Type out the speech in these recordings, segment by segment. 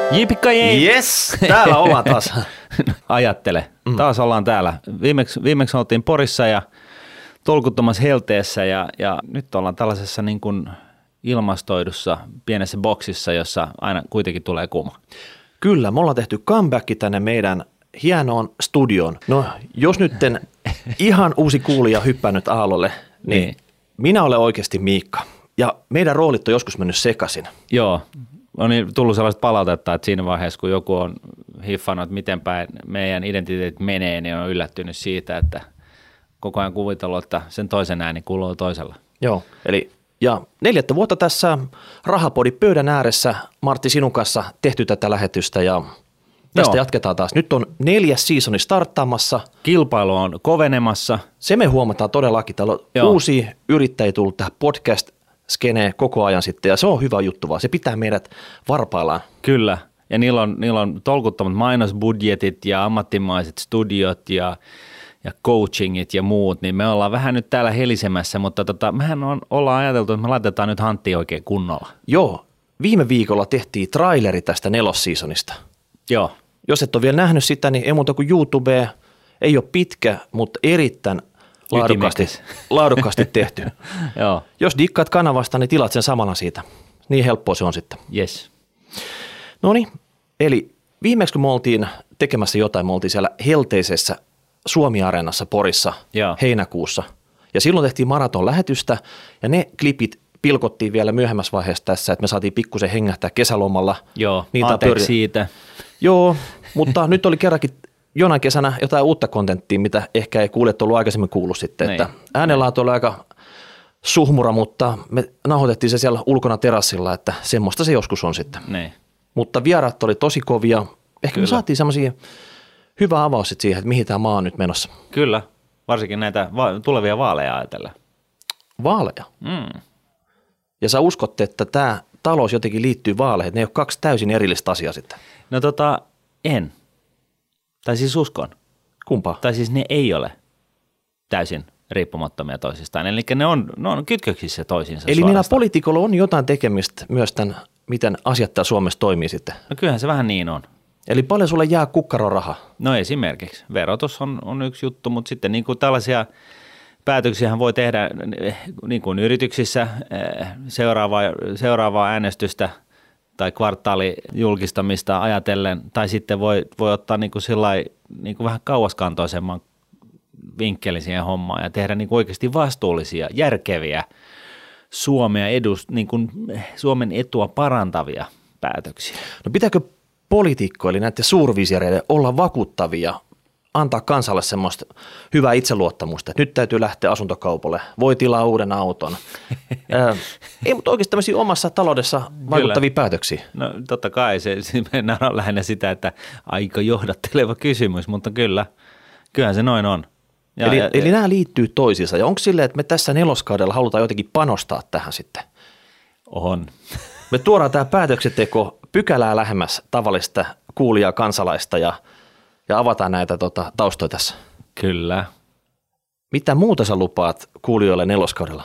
Jipikka jee! Yes, täällä ollaan taas. Ajattele, taas ollaan täällä. Viimeksi oltiin Porissa ja tolkuttomassa helteessä ja nyt ollaan tällaisessa niin kuin ilmastoidussa pienessä boksissa, jossa aina kuitenkin tulee kuuma. Kyllä, me ollaan tehty comeback tänne meidän hienoon studioon. No, jos nyt ihan uusi kuulija hyppännyt aallolle, niin minä olen oikeasti Miikka. Ja meidän roolit on joskus mennyt sekaisin. Joo, on tullut sellaista palautetta, että siinä vaiheessa, kun joku on hiffannut, että miten päin meidän identiteetit menee, niin on yllättynyt siitä, että koko ajan kuvitellut, että sen toisen ääni kuuluu toisella. Joo, eli ja 4. vuotta tässä Rahapodin pöydän ääressä, Martti, sinun kanssa tehty tätä lähetystä ja tästä jatketaan taas. Nyt on 4. seasoni starttaamassa. Kilpailu on kovenemassa. Se me huomataan todellakin. Täällä on uusia yrittäjiä tullut tähän podcast-skeneen koko ajan sitten ja se on hyvä juttu vaan. Se pitää meidät varpaillaan. Kyllä. Ja niillä on tolkuttomat mainosbudjetit ja ammattimaiset studiot ja coachingit ja muut, niin me ollaan vähän nyt täällä helisemässä, mutta mehän ollaan ajateltu, että me laitetaan nyt hanttiin oikein kunnolla. Joo, viime viikolla tehtiin traileri tästä 4. seasonista. Joo. Jos et ole vielä nähnyt sitä, niin ei muuta kuin YouTube, ei ole pitkä, mutta erittäin laadukkaasti tehty. Joo. Jos dikkaat kanavasta, niin tilaat sen samana siitä. Niin helppoa se on sitten. Yes. Noniin, eli viimeksi kun me oltiin tekemässä jotain, me oltiin siellä helteisessä Suomi-areenassa Porissa heinäkuussa. Ja silloin tehtiin maraton-lähetystä ja ne klipit pilkottiin vielä myöhemmässä vaiheessa tässä, että me saatiin pikkusen hengähtää kesälomalla. Joo, anteeksi siitä. Joo, mutta nyt oli kerrankin jonain kesänä jotain uutta kontenttia, mitä ehkä ei kuulijat ollut aikaisemmin kuullut sitten. Että äänenlaatu oli aika suhmura, mutta me nauhoitettiin se siellä ulkona terassilla, että semmoista se joskus on sitten. Nein. Mutta vieraat oli tosi kovia. Ehkä me saatiin semmoisia hyvä avaus siihen, että mihin tämä maa on nyt menossa. Kyllä, varsinkin näitä tulevia vaaleja ajatellen. Vaaleja? Ja sä uskotte, että tämä talous jotenkin liittyy vaaleihin, ne ei ole 2 täysin erillistä asiaa sitten? No en. Tai siis uskon. Kumpaa? Tai siis ne ei ole täysin riippumattomia toisistaan, eli ne on kytköksissä toisiinsa. Eli niillä poliitikoilla on jotain tekemistä myös tämän, miten asiat täällä Suomessa toimii sitten? No kyllähän se vähän niin on. Eli paljon sulle jää kukkarorahaa? No esimerkiksi. Verotus on yksi juttu, mutta sitten niin kuin tällaisia päätöksiä voi tehdä niin kuin yrityksissä seuraavaa äänestystä tai kvartaalijulkistamista ajatellen, tai sitten voi ottaa niin kuin sillai, niin kuin vähän kauaskantoisemman vinkkelin siihen hommaan ja tehdä niin kuin oikeasti vastuullisia, järkeviä Suomen etua parantavia päätöksiä. No pitääkö poliitikko, eli näiden suurvisioreiden olla vakuuttavia, antaa kansalle semmoista hyvää itseluottamusta, että nyt täytyy lähteä asuntokaupalle, voi tilaa uuden auton. Ei, mutta oikeasti tämmöisiä omassa taloudessa vaikuttavia päätöksiä. No totta kai, se on lähinnä sitä, että aika johdatteleva kysymys, mutta kyllähän se noin on. Eli nämä liittyy toisiinsa, ja onko silleen, että me tässä 4. kaudella halutaan jotenkin panostaa tähän sitten? On. Me tuodaan tämä päätöksenteko pykälää lähemmäs tavallista kuulijaa kansalaista ja avataan näitä taustoja tässä. Kyllä. Mitä muuta sä lupaat kuulijoille 4. kaudella?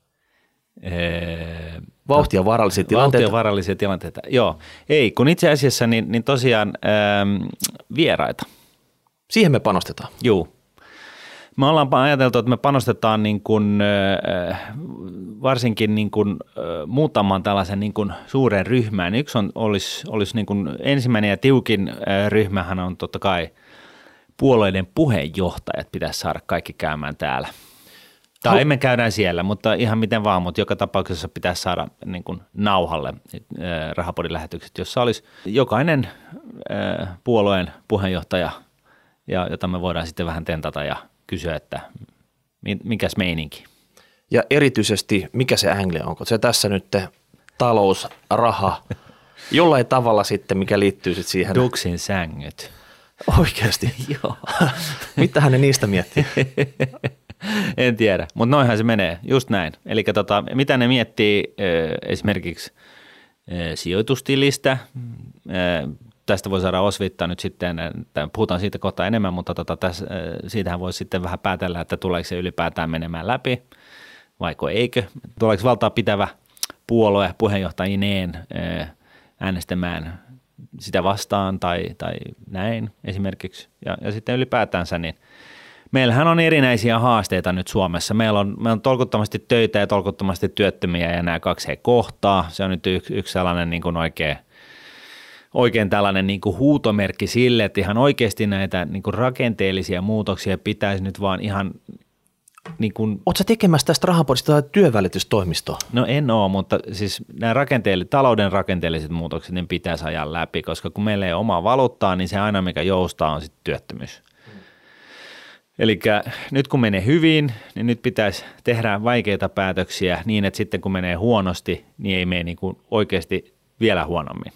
Vauhtia vaarallisia tilanteita. Vauhtia vaarallisia tilanteita, joo. Ei, kun itse asiassa niin tosiaan vieraita. Siihen me panostetaan. Joo. Me ollaan ajateltu, että me panostetaan niin kuin, varsinkin niin kuin, muutaman tällaisen niin kuin suuren ryhmään. Yksi olisi niin kuin ensimmäinen ja tiukin ryhmähän on totta kai puolueiden puheenjohtajat pitäisi saada kaikki käymään täällä. Tai emme käydään siellä, mutta ihan miten vaan, mutta joka tapauksessa pitäisi saada niin kuin nauhalle Rahapodin lähetykset, jossa olisi jokainen puolueen puheenjohtaja, jota me voidaan sitten vähän tentata ja kysyä, että mikäs meininki. Ja erityisesti, mikä se angle on? Onko se tässä nyt talous, raha, jollain tavalla sitten, mikä liittyy sitten siihen? Duksin sängyt. Oikeasti? Joo. Mitähän ne niistä miettii? En tiedä, mutta noinhan se menee, just näin. Eli mitä ne miettii esimerkiksi sijoitustilistä, tästä voi saada osvittaa nyt sitten, puhutaan siitä kohta enemmän, mutta siitähän voi sitten vähän päätellä, että tuleeko se ylipäätään menemään läpi, vaiko eikö. Tuleeko valtaa pitävä puolue puheenjohtajineen äänestämään sitä vastaan tai näin esimerkiksi. Ja sitten ylipäätänsä, niin meillähän on erinäisiä haasteita nyt Suomessa. Meillä on tolkuttomasti töitä ja tolkuttomasti työttömiä ja nämä kaksi he kohtaa. Se on nyt yksi sellainen niin kuin oikein tällainen niin kuin huutomerkki sille, että ihan oikeasti näitä niin kuin rakenteellisia muutoksia pitäisi nyt vaan ihan niin kuin. Oletko sä tekemässä tästä rahapodista tai työnvälitystoimistoa? No en ole, mutta siis nämä talouden rakenteelliset muutokset niin pitäisi ajaa läpi, koska kun meillä ei ole omaa valuuttaa, niin se aina mikä joustaa on sitten työttömyys. Eli nyt kun menee hyvin, niin nyt pitäisi tehdä vaikeita päätöksiä niin, että sitten kun menee huonosti, niin ei mene niin kuin oikeasti vielä huonommin.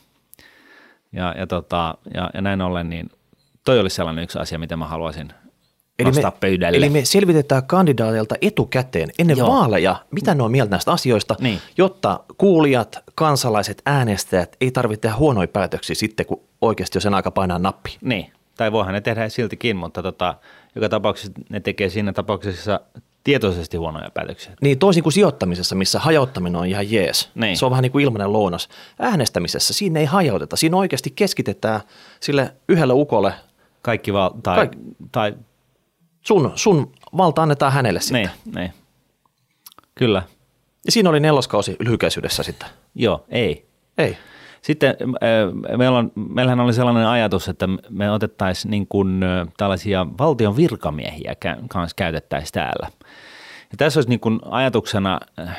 Ja näin ollen, niin toi olisi sellainen yksi asia, mitä mä haluaisin nostaa pöydälle. Eli me selvitetään kandidaateilta etukäteen ennen vaaleja, mitä ne on mieltä näistä asioista, niin, jotta kuulijat, kansalaiset, äänestäjät ei tarvitse tehdä huonoja päätöksiä sitten, kun oikeasti on sen aika painaa nappi. Niin, tai voihan ne tehdä siltikin, mutta joka tapauksessa ne tekee siinä tapauksessa tietoisesti huonoja päätöksiä. Niin, toisin kuin sijoittamisessa, missä hajauttaminen on ihan jees. Niin. Se on vähän niin kuin ilmainen lounas. Äänestämisessä siinä ei hajauteta. Siinä oikeasti keskitetään sille yhdelle ukolle. Kaikki tai sun valta annetaan hänelle sitten. Niin. Kyllä. Ja siinä oli 4. kausi lyhykäisyydessä sitten. Joo, ei. Sitten meillähän oli sellainen ajatus, että me otettaisiin niin kuin tällaisia valtion virkamiehiä kanssa käytettäisiin täällä. Ja tässä olisi niin kuin ajatuksena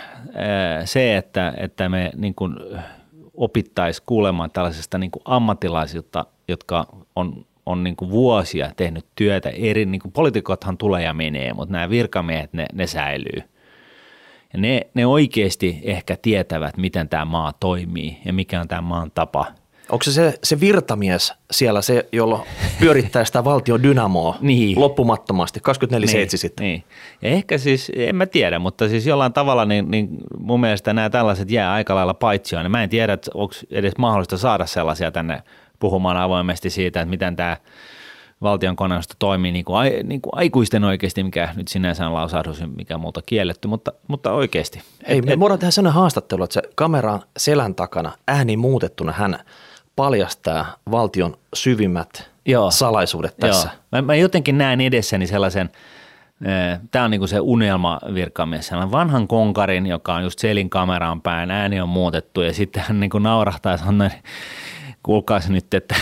se, että me niin kuin opittaisiin kuulemaan tällaisesta niin kuin ammattilaisilta, jotka on niin kuin vuosia tehnyt työtä eri, niin kuin poliitikothan tulee ja menee, mutta nämä virkamiehet, ne säilyy. Ja ne oikeasti ehkä tietävät, miten tämä maa toimii ja mikä on tämä maan tapa. Onko se virtamies siellä se, jolla pyörittää sitä valtion dynamoa loppumattomasti, 24/7 sitten? Niin. Ja ehkä siis, en mä tiedä, mutta siis jollain tavalla niin mun mielestä nämä tällaiset jää aika lailla paitsioon. Mä en tiedä, että onko edes mahdollista saada sellaisia tänne puhumaan avoimesti siitä, että miten tämä valtion koneisto toimii niin kuin aikuisten oikeasti, mikä nyt sinänsä on lausahdus, mikä multa kielletty, mutta oikeasti. Me voidaan tehdä sellainen haastattelu, että se kameran selän takana ääni muutettuna hän paljastaa valtion syvimmät salaisuudet tässä. Joo. Mä jotenkin näen edessäni sellaisen, tämä on niin kuin se unelmavirkamies, sellainen vanhan konkarin, joka on just selin kameraan päin, ääni on muutettu ja sitten hän niin kuin naurahtaa ja sanoo, kuulkaas nyt, että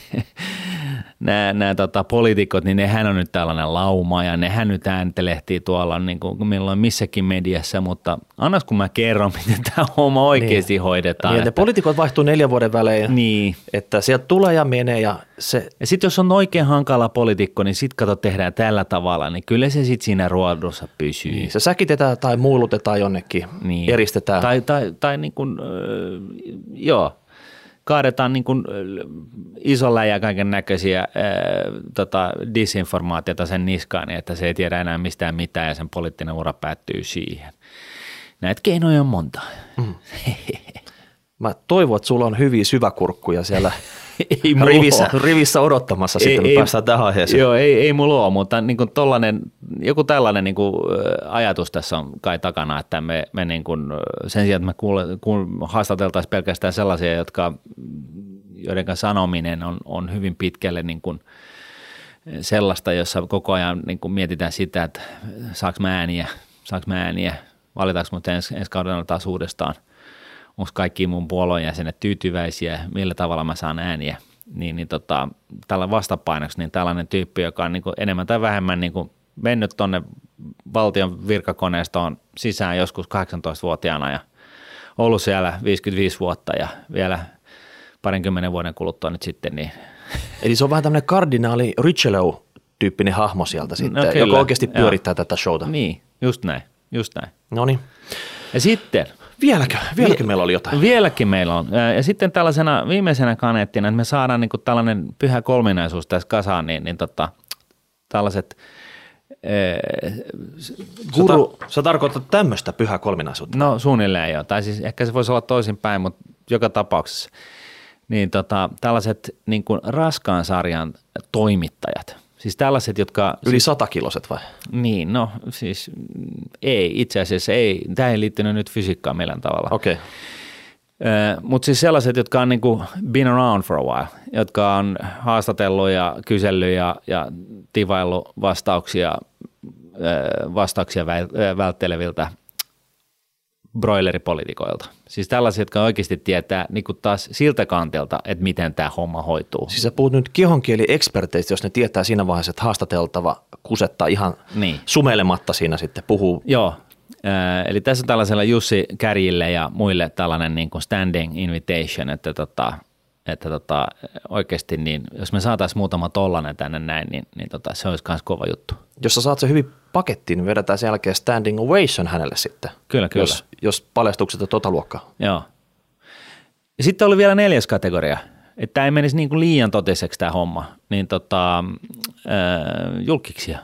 nämä poliitikot, niin nehän on nyt tällainen lauma ja nehän nyt ääntelehtii tuolla niin kuin milloin missäkin mediassa, mutta annas kun mä kerron, miten tämä homma oikeasti hoidetaan. Niin, että poliitikot vaihtuu 4 vuoden välein, että sieltä tulee ja menee ja se. Ja sitten jos on oikein hankala poliitikko, niin sitten kato tehdään tällä tavalla, niin kyllä se sitten siinä ruodussa pysyy. Niin, se säkitetään tai muulutetaan jonnekin, eristetään. Tai niin kuin, kaadetaan niin kuin isolla ja kaiken näköisiä disinformaatiota sen niskaan, niin että se ei tiedä enää mistään mitään ja sen poliittinen ura päättyy siihen. Näitä keinoja on monta. Mä toivon, että sulla on hyviä syväkurkkuja siellä rivissä odottamassa sitten, kun päästään tähän aiheeseen. Joo, ei mulla ole, mutta niin kuin joku tällainen niin kuin ajatus tässä on kai takana, että me niin kuin, sen sijaan, että me haastateltaisiin pelkästään sellaisia, joiden sanominen on hyvin pitkälle niin kuin sellaista, jossa koko ajan niin kuin mietitään sitä, että saanko mä ääniä, valitaanko mut ensi kaudella taas uudestaan. Onko kaikki mun puolueen jäsenet tyytyväisiä, millä tavalla mä saan ääniä, niin tällä vastapainoksi niin tällainen tyyppi, joka on niin kuin enemmän tai vähemmän niin kuin mennyt tuonne valtion virkakoneistoon sisään joskus 18-vuotiaana ja ollut siellä 55 vuotta ja vielä 20 vuoden kuluttua nyt sitten. Niin. Eli se on vähän tämmöinen kardinaali Richelieu-tyyppinen hahmo sieltä sitten, no, joka oikeasti pyörittää tätä showta. Niin, just näin. Noniin. Ja sitten. Vieläkin meillä oli jotain. Vieläkin meillä on. Ja sitten tällaisena viimeisenä kaneettina, että me saadaan niin kuin tällainen pyhä kolminaisuus tässä kasaan, niin tällaiset Sä tarkoitat tämmöistä pyhä kolminaisuutta? No suunnilleen joo, tai siis ehkä se voisi olla toisinpäin, mutta joka tapauksessa. Niin tällaiset niin kuin raskaan sarjan toimittajat. Siis tällaiset, jotka. Yli 100-kiloset vai? Niin, no siis ei, itse asiassa ei. Tämä ei liittynyt nyt fysiikkaan millään tavalla. Okei. Mutta siis sellaiset, jotka on niinku been around for a while, jotka on haastatellut ja kysellyt ja tivaillut vastauksia vältteleviltä broileripolitikoilta. Siis tällaiset, jotka oikeasti tietää niin kuin taas siltä kantilta, että miten tämä homma hoituu. Siis sä puhut nyt kehonkielieksperteistä, jos ne tietää siinä vaiheessa, että haastateltava kusettaa ihan sumeilematta siinä sitten puhuu. Joo, eli tässä on tällaisella Jussi Kärjille ja muille tällainen niin kuin standing invitation, että oikeasti niin, jos me saataisiin muutama tollainen tänne näin, niin se olisi myös kova juttu. Jos sä saat se hyvin pakettiin, niin vedetään sen jälkeen standing ovation hänelle sitten. Kyllä. Jos paljastukset on tota luokkaa. Joo. Ja sitten oli vielä 4. kategoria, että tämä ei menisi niin kuin liian totiseksi tämä homma, niin julkkiksia.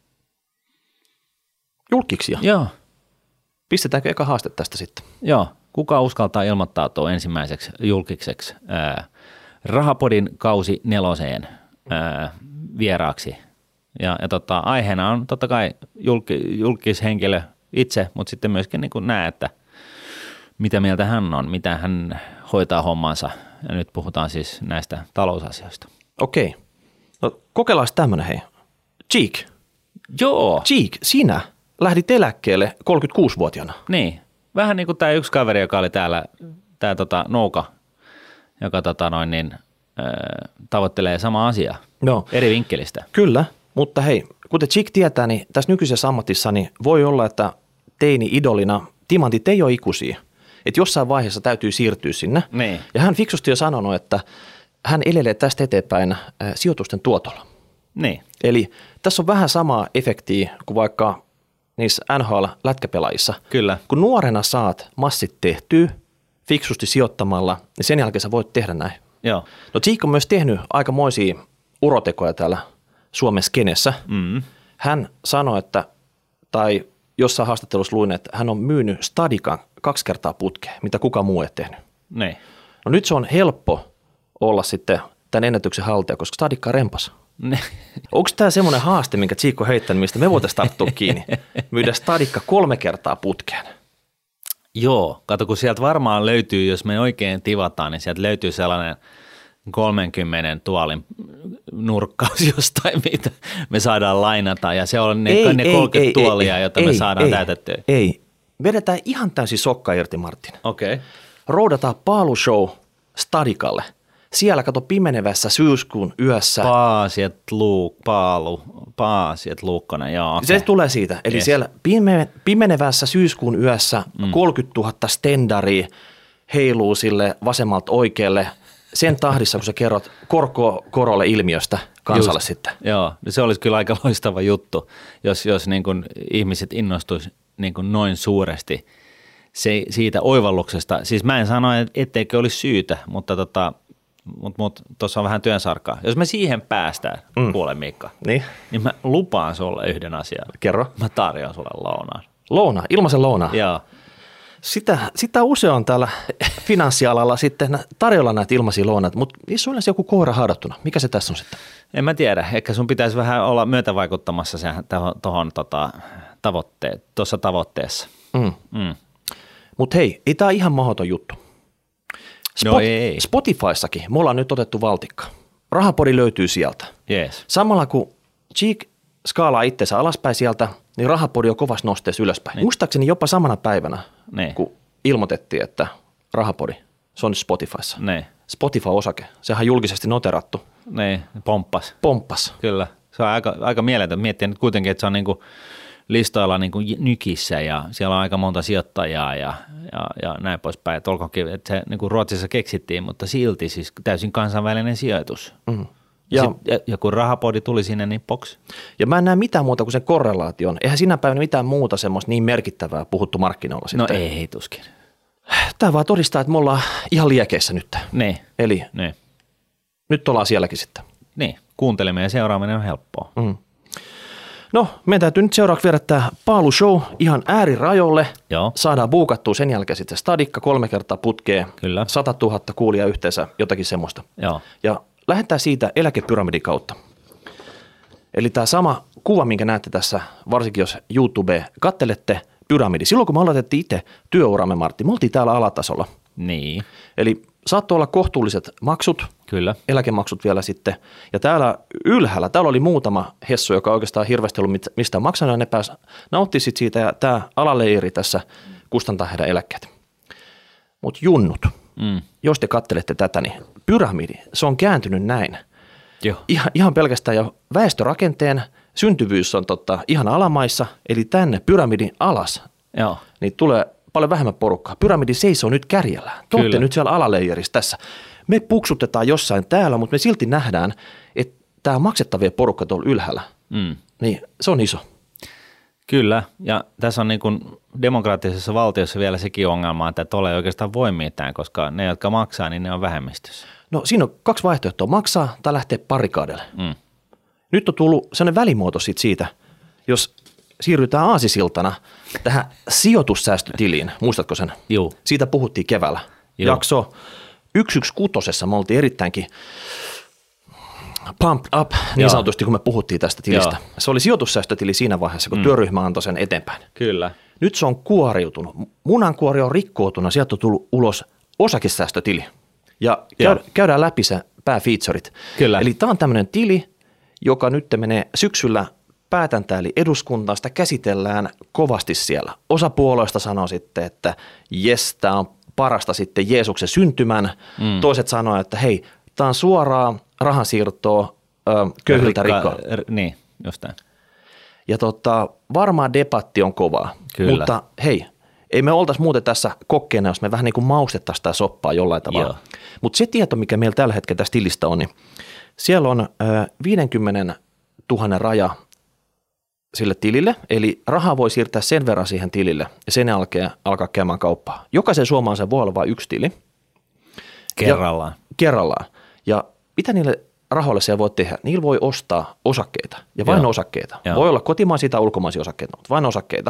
Julkkiksia? Joo. Pistetäänkö eka haaste tästä sitten? Joo. Kuka uskaltaa ilmoittautua ensimmäiseksi julkikseksi Rahapodin kausi 4 vieraaksi? Ja aiheena on totta kai julkishenkilö itse, mutta sitten myöskin niin kuin näe, että mitä mieltä hän on, mitä hän hoitaa hommansa. Ja nyt puhutaan siis näistä talousasioista. Okei. No kokeillaan tämmöinen hei. Cheek. Joo. Cheek, sinä lähdit eläkkeelle 36-vuotiaana. Niin. Vähän niin kuin tämä yksi kaveri, joka oli täällä, tämä Nouka, joka tavoittelee samaa asiaa eri vinkkelistä. Kyllä, mutta hei, kuten Chick tietää, niin tässä nykyisessä ammatissa niin voi olla, että teini-idolina timantit ei ole ikuisia. Että jossain vaiheessa täytyy siirtyä sinne. Niin. Ja hän fiksusti on sanonut, että hän elelee tästä eteenpäin sijoitusten tuotolla. Niin. Eli tässä on vähän samaa efektiä kuin vaikka niissä NHL-lätkäpelaajissa. Kyllä. Kun nuorena saat massit tehtyä fiksusti sijoittamalla, niin sen jälkeen sä voit tehdä näin. Joo. No Cheek on myös tehnyt aikamoisia urotekoja täällä Suomen skenessä. Mm. Hän sanoi, tai jossain haastattelussa luin, että hän on myynyt Stadikan 2 kertaa putkeen, mitä kukaan muu ei tehnyt. Niin. No nyt se on helppo olla sitten tämän ennätyksen haltija, koska Stadikka rempas. Onko tämä semmoinen haaste, minkä Cheek on heittänyt, mistä me voitaisiin tarttua kiinni? Myydä Stadikka 3 kertaa putkeen. Joo, kato kun sieltä varmaan löytyy, jos me oikein tivataan, niin sieltä löytyy sellainen 30 tuolin nurkkaus jostain, mitä me saadaan lainata. Ja se on ne 30 tuolia, joita me saadaan täytettyä. Ei, vedetään ihan täysin sokka irti, Martin. Okei. Okay. Roudataan paalushow Stadikalle. Siellä kato pimenevässä syyskuun yössä. Paasiet Luukkonen, joo. Okay. Se tulee siitä. Eli siellä pimenevässä syyskuun yössä 30 000 stendaria heiluu sille vasemmalta oikealle sen tahdissa, kun sä kerrot korolle ilmiöstä kansalle sitten. Joo, se olisi kyllä aika loistava juttu, jos niin kuin ihmiset innostuisi niin kuin noin suuresti siitä oivalluksesta. Siis mä en sano, etteikö olisi syytä, mutta tuossa on vähän työnsarkaa. Jos me siihen päästään, kuule Mikka, niin mä lupaan sulle yhden asian. Kerro. Mä tarjoan sulle lounaan. Lounaa, ilmaisen lounaa. Joo. Sitä usein on täällä finanssialalla sitten tarjolla näitä ilmaisia lounaita, mutta niissä on yleensä joku koira haadottuna. Mikä se tässä on sitten? En mä tiedä. Ehkä sun pitäisi vähän olla myötävaikuttamassa tuohon tuossa tavoitteessa. Mutta hei, ei tämä ihan mahdoton juttu. Ei. Spotifyssakin me ollaan nyt otettu valtikka. Rahapodi löytyy sieltä. Yes. Samalla kun Cheek skaalaa itsensä alaspäin sieltä, niin Rahapodi on kovasti nosteessa ylöspäin. Niin. Muistaakseni jopa samana päivänä, kun ilmoitettiin, että Rahapodi, se on nyt Spotifyssa. Niin. Spotify-osake, sehän on julkisesti noterattu. Niin, pomppas. Kyllä, se on aika mieletön miettiä nyt kuitenkin, että se on niinku listoilla niinku nykissä ja siellä on aika monta sijoittajaa ja näin poispäin. Että olkoonkin, että se niinku Ruotsissa keksittiin, mutta silti siis täysin kansainvälinen sijoitus. Mm. Ja kun Rahapodi tuli sinne, niin box. Ja mä en näe mitään muuta kuin sen korrelaation. Eihän sinä päivänä mitään muuta semmoista niin merkittävää puhuttu markkinoilla sitten. No ei tuskin. Tämä vaan todistaa, että me ollaan ihan liekeissä nyt. Niin. Eli nyt ollaan sielläkin sitten. Niin, kuunteleminen ja seuraaminen on helppoa. Mm. No, meidän täytyy nyt seuraavaksi viedä tämä paalushow ihan äärirajoille. Joo. Saadaan buukattua sen jälkeen sitten Stadikka 3 kertaa putkeen. Kyllä. 100 000 kuulijaa yhteensä, jotakin semmoista. Joo. Ja lähdetään siitä eläkepyramidin kautta. Eli tämä sama kuva, minkä näette tässä, varsinkin jos YouTube kattelette, pyramidi. Silloin kun me aloitettiin itse työuramme, Martti, me oltiin täällä alatasolla. Niin. Eli saattoi olla kohtuulliset maksut, kyllä, eläkemaksut vielä sitten. Ja täällä ylhäällä, täällä oli muutama hessu, joka oikeastaan hirveästi ollut mistään maksanut, ja ne pääsi nauttimaan siitä, ja tämä alaleiri tässä kustantaa heidän eläkkeet. Mutta junnut, jos te kattelette tätä, niin pyramidi, se on kääntynyt näin. Joo. Ihan pelkästään jo väestörakenteen syntyvyys on ihan alamaissa, eli tänne pyramidin alas, Joo. niin tulee paljon vähemmän porukkaa. Pyramidi seisoo nyt kärjellään. Te olette nyt siellä alaleijerissä tässä. Me puksutetaan jossain täällä, mutta me silti nähdään, että tämä maksettavien porukka tuolla ylhäällä, niin se on iso. Kyllä, ja tässä on niin kuin demokraattisessa valtiossa vielä sekin ongelma, että tuolla ei oikeastaan voi mitään, koska ne, jotka maksaa, niin ne on vähemmistössä. No siinä on 2 vaihtoehtoa, maksaa tai lähteä parikaadelle. Nyt on tullut sellainen välimuoto siitä, jos siirrytään aasisiltana tähän sijoitussäästötiliin, muistatko sen? Joo. Siitä puhuttiin keväällä. Joo. Jakso 116 me oltiin erittäinkin pumped up niin sanotusti, kun me puhuttiin tästä tilistä. Joo. Se oli sijoitussäästötili siinä vaiheessa, kun työryhmä antoi sen eteenpäin. Kyllä. Nyt se on kuoriutunut. Munankuori on rikkoutunut, sieltä on tullut ulos osakesäästötili. Ja käydään läpi se pääfeaturit. Kyllä. Eli tämä on tämmöinen tili, joka nyt menee syksyllä päätäntä, eli eduskuntaan, sitä käsitellään kovasti siellä. Osa puolueista sanoo sitten, että jes, tämä on parasta sitten Jeesuksen syntymän. Toiset sanoo, että hei, tämä on suoraa rahansiirtoa köyhiltä rikkoa. Niin, just näin. Ja varmaan debatti on kovaa. Kyllä. Mutta hei, ei me oltaisi muuten tässä kokkeena, jos me vähän niin kuin maustettaisiin sitä soppaa jollain tavalla. Mutta se tieto, mikä meillä tällä hetkellä tästä tilistä on, niin siellä on 50 000 raja sille tilille, eli rahaa voi siirtää sen verran siihen tilille ja sen jälkeen alkaa käymään kauppaa. Jokaisen suomalaisen voi olla vain yksi tili. Kerrallaan. Ja mitä niille rahoille siellä voi tehdä? Niillä voi ostaa osakkeita ja vain osakkeita. Joo. Voi olla kotimaisia tai ulkomaisia osakkeita, mutta vain osakkeita.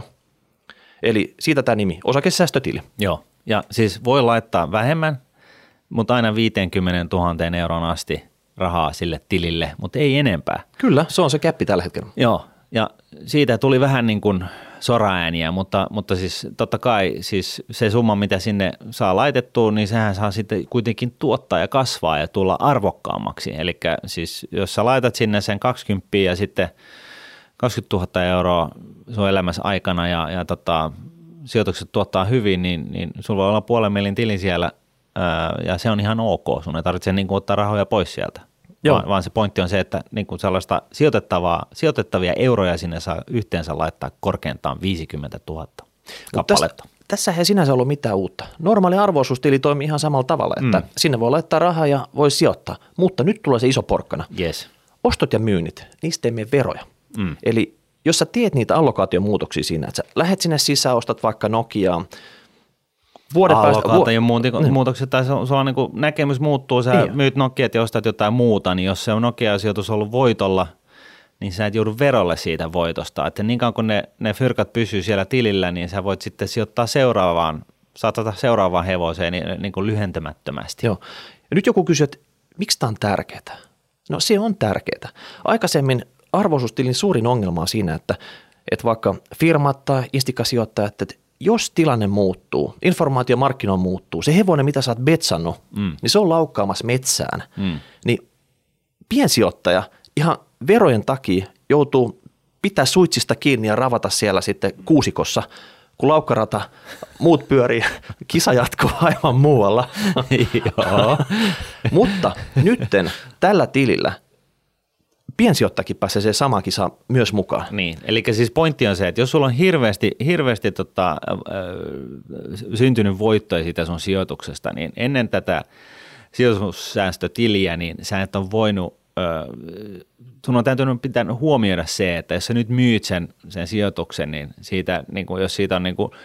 Eli siitä tämä nimi, osakesäästötili. Joo, ja siis voi laittaa vähemmän, mutta aina 50 000 euroon asti rahaa sille tilille, mutta ei enempää. Kyllä, se on se käppi tällä hetkellä. Joo, ja siitä tuli vähän niin kuin soraääniä, mutta siis totta kai siis se summa, mitä sinne saa laitettua, niin sehän saa sitten kuitenkin tuottaa ja kasvaa ja tulla arvokkaammaksi. Eli siis jos sä laitat sinne sen 20 ja sitten 20 000 euroa sun elämässä aikana ja sijoitukset tuottaa hyvin, niin sulla voi olla 500 000 tili siellä ja se on ihan ok. Sun ei tarvitse niin kuin ottaa rahoja pois sieltä. Vaan se pointti on se, että niin kuin sellaista sijoitettavia euroja sinne saa yhteensä laittaa korkeintaan 50 000 kappaletta. Tässä ei sinänsä ollut mitään uutta. Normaali arvo-osuustili toimii ihan samalla tavalla, että sinne voi laittaa rahaa ja voi sijoittaa, mutta nyt tulee se iso porkkana. Yes. Ostot ja myynnit, niistä ei mene veroja. Eli jos sä teet niitä allokaatiomuutoksia siinä, että sä lähet sinne sisään, ostat vaikka Nokiaa, vuoden päästä muutokset tai sulla niin kuin näkemys muuttuu, sä myyt Nokiat ja ostat jotain muuta, niin jos se on Nokia-sijoitus ollut voitolla, niin sä et joudu verolle siitä voitosta. Että niin kauan kun ne fyrkat pysyy siellä tilillä, niin sä voit sitten sijoittaa seuraavaan hevoseen niin kuin lyhentämättömästi. Joo. Ja nyt joku kysyy, että miksi tämä on tärkeää? No se on tärkeää. Aikaisemmin arvo-osuustilin suurin ongelma on siinä, että vaikka firmat tai instikasijoittajat, että jos tilanne muuttuu, informaatiomarkkinoilla muuttuu, se hevonen, mitä sä oot betsannut, niin se on laukkaamassa metsään. Niin piensijoittaja ihan verojen takia joutuu pitää suitsista kiinni ja ravata siellä sitten kuusikossa, kun laukkarata muut pyörii, kisa jatkuu aivan muualla. Mutta nytten tällä tilillä piensijoittajakin pääsee se sama kisa myös mukaan. Niin, eli siis pointti on se, että jos sulla on hirveästi syntynyt voittoja siitä sun sijoituksesta, niin ennen tätä sijoitussäästötiliä, niin sä et ole voinut, sun on täytynyt pitää huomioida se, että jos sä nyt myyt sen sijoituksen, niin siitä, niin kuin, jos siitä on niin kuin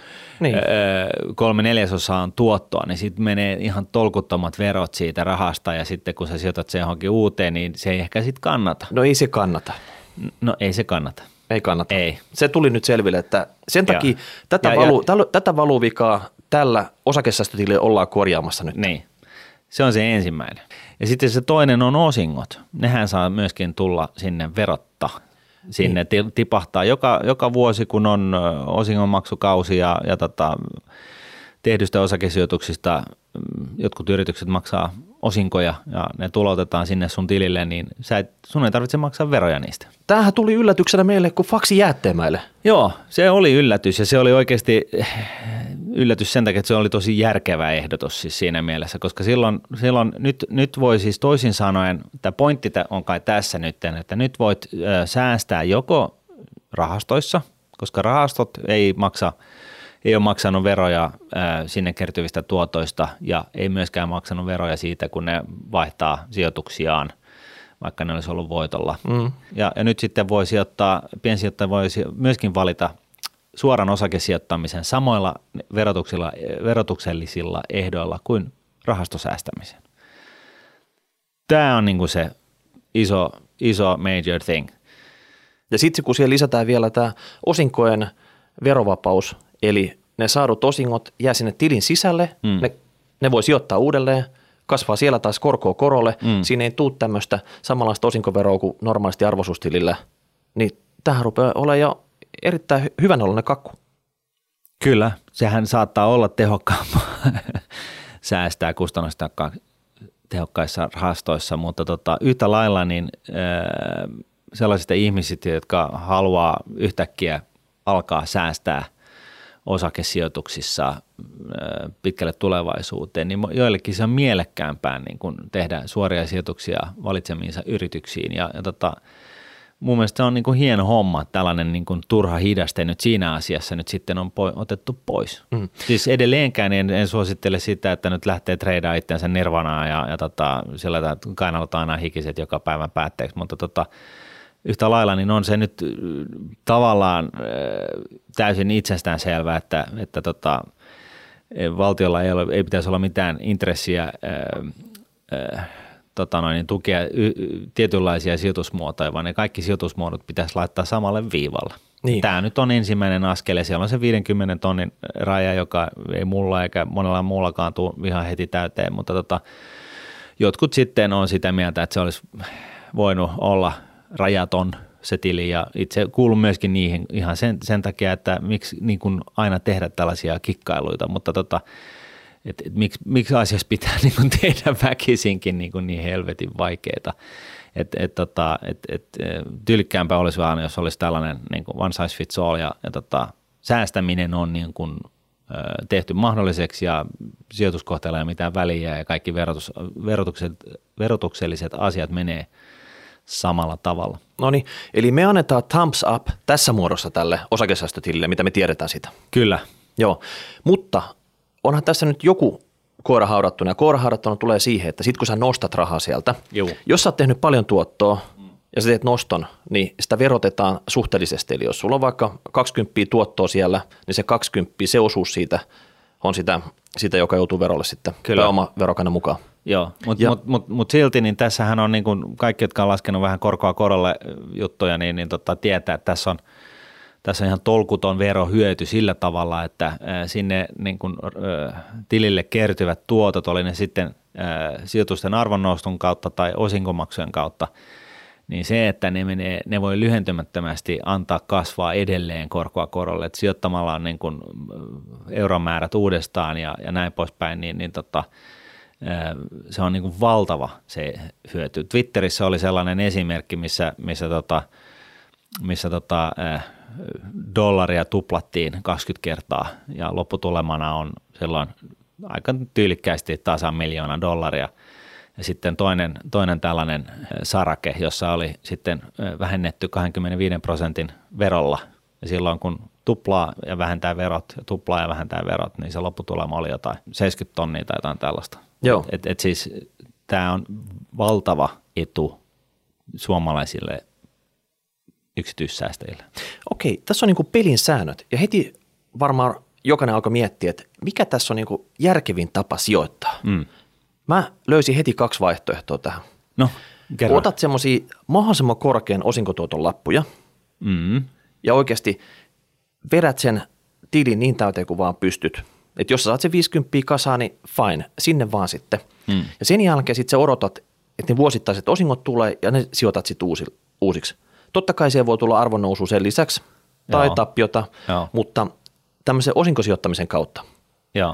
3/4 on tuottoa, niin siitä menee ihan tolkuttomat verot siitä rahasta ja sitten kun sä sijoitat sen johonkin uuteen, niin se ei ehkä sitten kannata. No ei se kannata. No ei se kannata. Ei kannata. Ei. Se tuli nyt selville, että sen takia tätä valuvikaa tällä osakesäästötilillä ollaan korjaamassa nyt. Niin, se on se ensimmäinen. Ja sitten se toinen on osingot. Nehän saa myöskin tulla sinne verotta. Sinne tipahtaa joka vuosi, kun on osingonmaksukausi ja tehdystä osakesijoituksista jotkut yritykset maksaa osinkoja ja ne tuloutetaan sinne sun tilille, niin sun ei tarvitse maksaa veroja niistä. Tämähän tuli yllätyksenä meille kuin faksi Jäätteenmäelle. Joo, se oli yllätys ja se oli oikeasti yllätys sen takia, että se oli tosi järkevä ehdotus siis siinä mielessä, koska silloin nyt voi siis toisin sanoen, tämä pointti on kai tässä nyt, että nyt voit säästää joko rahastoissa, koska rahastot ei ole maksanut veroja sinne kertyvistä tuotoista ja ei myöskään maksanut veroja siitä, kun ne vaihtaa sijoituksiaan, vaikka ne olisi ollut voitolla. Ja nyt sitten piensijoittaja voi myöskin valita suoran osakesijoittamisen samoilla verotuksellisilla ehdoilla kuin rahastosäästämisen. Tämä on niin kuin se iso major thing. Ja sitten kun siihen lisätään vielä tämä osinkojen verovapaus, eli ne saadut osingot jää sinne tilin sisälle, ne voi sijoittaa uudelleen, kasvaa siellä taas korkoa korolle, siinä ei tule tämmöistä samanlaista osinkoveroa kuin normaalisti arvoisuustilillä, niin tähän rupeaa olemaan jo erittäin hyvän oloinen kakku. Kyllä, sehän saattaa olla tehokkaampaa säästää kustannusta tehokkaissa rahastoissa, mutta yhtä lailla niin sellaisista ihmisistä, jotka haluaa yhtäkkiä alkaa säästää osakesijoituksissa pitkälle tulevaisuuteen, niin joillekin se on mielekkäämpää niin kuin tehdä suoria sijoituksia valitsemiinsa yrityksiin. Ja mun mielestä se on niin kuin hieno homma, tällainen niin kuin turha hidaste nyt siinä asiassa nyt sitten on otettu pois. Siis edelleenkään en suosittele sitä, että nyt lähtee treidaamaan itseänsä nirvanaa ja sillä kainalotaan aina hikiset joka päivän päätteeksi, mutta yhtä lailla niin on se nyt tavallaan täysin itsestäänselvää, että valtiolla ei pitäisi olla mitään intressiä tukea tietynlaisia sijoitusmuotoja, vaan ne kaikki sijoitusmuodot pitäisi laittaa samalle viivalle. Niin. Tämä nyt on ensimmäinen askel ja siellä on se 50 tonnin raja, joka ei mulla eikä monella muullakaan tule ihan heti täyteen, mutta jotkut sitten on sitä mieltä, että se olisi voinut olla rajaton se tili ja itse kuulun myöskin niihin ihan sen takia, että miksi niin kuin aina tehdä tällaisia kikkailuita, mutta miksi asiassa pitää niin kuin tehdä väkisinkin niin helvetin vaikeita. Tyylikkäämpää olisi vaan, jos olisi tällainen niin kuin one size fits all ja säästäminen on niin kuin tehty mahdolliseksi ja sijoituskohteella ei ole mitään väliä ja kaikki verotukselliset asiat menee samalla tavalla. No niin, eli me annetaan thumbs up tässä muodossa tälle osakesäästötilille, mitä me tiedetään sitä. Kyllä. Joo, mutta onhan tässä nyt joku koira haudattuna ja koira haudattuna tulee siihen, että sit kun sä nostat rahaa sieltä, jos sä oot tehnyt paljon tuottoa ja sä teet noston, niin sitä verotetaan suhteellisesti. Eli jos sulla on vaikka 20 tuottoa siellä, niin se 20, se osuus siitä on sitä joka joutuu verolle sitten pääomaverokannan mukaan. Joo, mutta silti niin tässähän on niin kuin kaikki, jotka on laskenut vähän korkoa korolle juttuja, niin tietää, että tässä on ihan tolkuton verohyöty sillä tavalla, että sinne niin kuin, tilille kertyvät tuotot, oli ne sitten sijoitusten arvonnousun kautta tai osinkomaksujen kautta, niin se, että ne voi lyhentymättömästi antaa kasvaa edelleen korkoa korolle, että sijoittamalla on niin kuin euromäärät uudestaan ja näin poispäin, niin se on niin kuin valtava se hyöty. Twitterissä oli sellainen esimerkki, missä dollaria tuplattiin 20 kertaa ja lopputulemana on silloin aika tyylikkäästi tasan $1 miljoonaa. Ja sitten toinen tällainen sarake, jossa oli sitten vähennetty 25% verolla. Ja silloin kun tuplaa ja vähentää verot, tuplaa ja vähentää verot, niin se lopputulema oli jotain 70 tonnia tai jotain tällaista. Joo. Et siis tämä on valtava etu suomalaisille yksityissäästäjille. Okei, tässä on niin kuin pelin säännöt ja heti varmaan jokainen alkoi miettiä, että mikä tässä on niin kuin järkevin tapa sijoittaa. Mä löysin heti 2 vaihtoehtoa tähän. No, kerro. Otat semmoisia mahdollisimman korkean osinkotuoton lappuja ja oikeasti vedät sen tilin niin täyteen kuin vaan pystyt. Että jos sä saat sen 50 kasaan, niin fine, sinne vaan sitten. Ja sen jälkeen sitten sä odotat, että ne vuosittaiset osingot tulee ja ne sijoitat sitten uusiksi. Totta kai siellä voi tulla arvonnousu sen lisäksi tai tappiota, mutta tämmöisen osinkosijoittamisen kautta. Joo.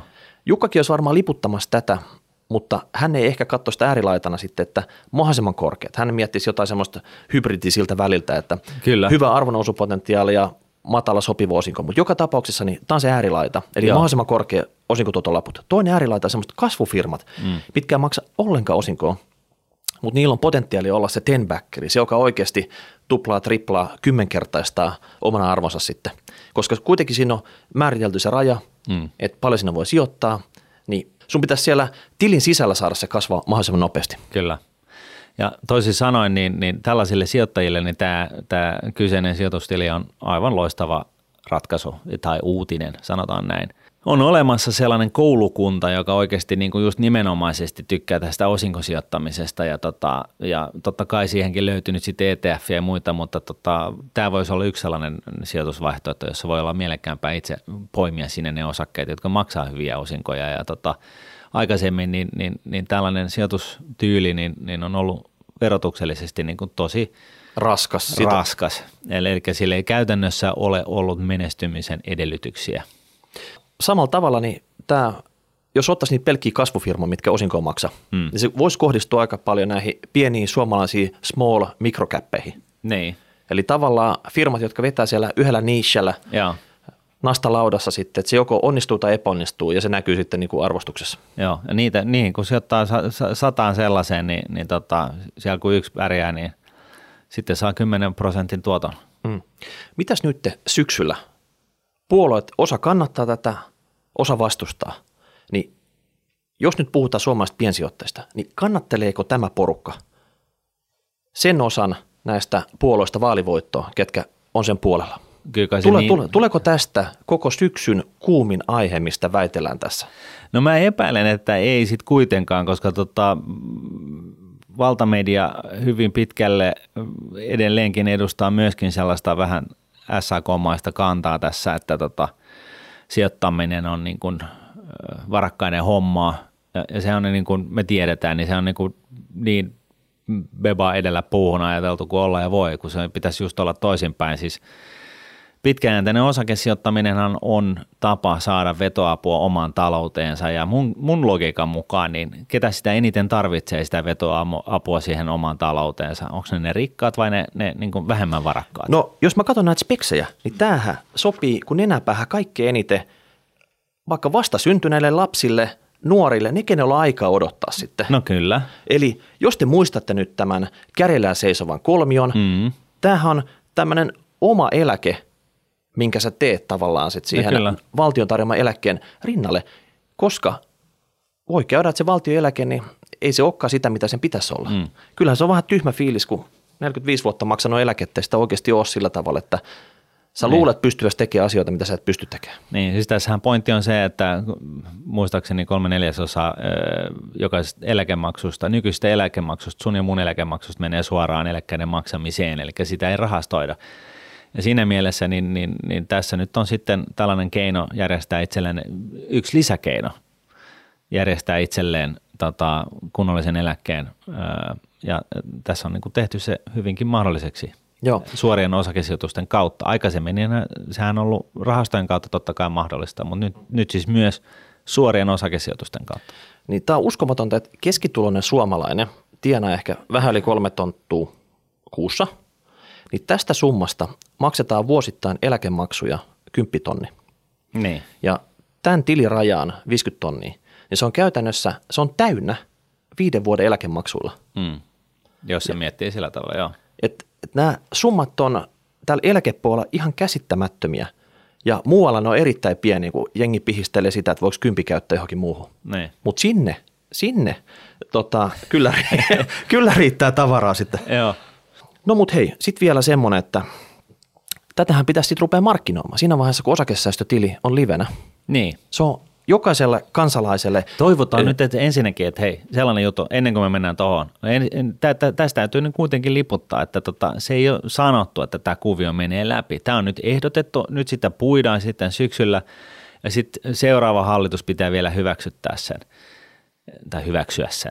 Jukkakin olisi varmaan liputtamassa tätä, mutta hän ei ehkä katso sitä äärilaitana sitten, että mahdollisimman korkeat. Hän miettisi jotain semmoista hybridiä siltä väliltä, että kyllä, hyvä arvonnousupotentiaali ja matala sopiva osinko, mutta joka tapauksessa niin tämä on se äärilaita, eli mahdollisimman korkea osinkototolaput. Toinen äärilaita on semmoiset kasvufirmat, mitkä ei maksa ollenkaan osinkoa, mutta niillä on potentiaali olla se ten-backeri, se joka oikeasti tuplaa, triplaa, 10-kertaistaa omana arvonsa sitten, koska kuitenkin siinä on määritelty se raja, että paljon siinä voi sijoittaa, niin sun pitäisi siellä tilin sisällä saada se kasvaa mahdollisimman nopeasti. Kyllä. Ja toisin sanoen, niin tällaisille sijoittajille niin tämä kyseinen sijoitustili on aivan loistava ratkaisu tai uutinen, sanotaan näin. On olemassa sellainen koulukunta, joka oikeasti niin kuin just nimenomaisesti tykkää tästä osinkosijoittamisesta ja totta kai siihenkin löytyy nyt sitten ETF ja muita, mutta tämä voisi olla yksi sellainen sijoitusvaihtoehto, jossa voi olla mielekkäämpää itse poimia sinne ne osakkeet, jotka maksaa hyviä osinkoja ja aikaisemmin niin tällainen sijoitustyyli niin on ollut verotuksellisesti niin kuin tosi raskas. Eli sillä ei käytännössä ole ollut menestymisen edellytyksiä. Samalla tavalla niin tämä, jos ottaisiin niitä pelkkiä kasvufirmoja, mitkä osinkoa maksaa, niin se voisi kohdistua aika paljon näihin pieniin suomalaisiin small microcappeihin. Niin. Eli tavallaan firmat, jotka vetää siellä yhdellä nichellä nastalaudassa sitten, että se joko onnistuu tai epäonnistuu ja se näkyy sitten niin kuin arvostuksessa. Joo, ja niihin kun sijoittaa 100 sellaiseen, niin siellä kun yksi pärjää, niin sitten saa 10% tuoton. Mitäs nyt syksyllä? Puolueet, osa kannattaa tätä, osa vastustaa. Niin jos nyt puhutaan suomalaisista piensijoittajista, niin kannatteleeko tämä porukka sen osan näistä puolueista vaalivoittoa, ketkä on sen puolella? Tuleeko tästä koko syksyn kuumin aihe, mistä väitellään tässä? No mä epäilen, että ei sit kuitenkaan, koska valtamedia hyvin pitkälle edelleenkin edustaa myöskin sellaista vähän SAK-maista kantaa tässä, että sijoittaminen on niin kuin varakkainen homma ja se on niin kuin me tiedetään, niin se on niin beba edellä puuhun ajateltu kuin olla ja voi, kun se pitäisi just olla toisinpäin. Siis pitkäjänteinen osakesijoittaminenhan on tapa saada vetoapua omaan talouteensa ja mun logiikan mukaan, niin ketä sitä eniten tarvitsee sitä vetoapua siihen omaan talouteensa? Onko ne rikkaat vai ne niin kuin vähemmän varakkaat? No jos mä katson näitä speksejä, niin tämähän sopii kun nenäpäähän kaikkein eniten vaikka vasta syntyneille lapsille, nuorille, ne kenellä on aikaa odottaa sitten. No kyllä. Eli jos te muistatte nyt tämän kärjellään seisovan kolmion, tämähän on tämmöinen oma eläke, minkä sä teet tavallaan sit siihen valtion tarjoaman eläkkeen rinnalle, koska voi käydä, että se valtion eläke, niin ei se olekaan sitä, mitä sen pitäisi olla. Kyllähän se on vähän tyhmä fiilis, kun 45 vuotta maksanut eläkettä, sitä oikeasti ole sillä tavalla, että sä luulet pystyvästi tekemään asioita, mitä sä et pysty tekemään. Niin, siis tässähän pointti on se, että muistaakseni 3/4 jokaisesta eläkemaksusta, nykyistä eläkemaksusta, sun ja mun eläkemaksusta menee suoraan eläkkeiden maksamiseen, eli sitä ei rahastoida. Ja siinä mielessä niin tässä nyt on sitten tällainen keino järjestää itselleen, yksi lisäkeino järjestää itselleen kunnollisen eläkkeen ja tässä on niin kuin tehty se hyvinkin mahdolliseksi. Joo. Suorien osakesijoitusten kautta. Aikaisemmin niin sehän on ollut rahastojen kautta totta kai mahdollista, mutta nyt siis myös suorien osakesijoitusten kautta. Niin tämä on uskomatonta, että keskituloinen suomalainen tienaa ehkä vähän yli 3 tonnia kuussa, niin tästä summasta maksetaan vuosittain eläkemaksuja 10 000. Niin. Ja tämän tilirajaan 50 000, niin se on käytännössä, se on täynnä 5 vuoden eläkemaksuilla. Jos se miettii sillä tavalla, joo. Että nämä summat on täällä eläkepuolella ihan käsittämättömiä ja muualla ne on erittäin pieni, kun jengi pihistelee sitä, että voiko 10 käyttää johonkin muuhun. Niin. Mutta sinne kyllä riittää tavaraa sitten. Joo. No mut hei, sitten vielä semmoinen, että tätähän pitäisi sitten rupea markkinoimaan siinä vaiheessa, kun osakesäästötili on livenä. Niin. Se on jokaiselle kansalaiselle. Toivotaan nyt että ensinnäkin, että hei, sellainen juttu, ennen kuin me mennään tuohon. Tästä täytyy nyt kuitenkin liputtaa, että se ei ole sanottu, että tämä kuvio menee läpi. Tämä on nyt ehdotettu, nyt sitä puidaan sitten syksyllä ja sitten seuraava hallitus pitää vielä hyväksyttää sen tai hyväksyä sen.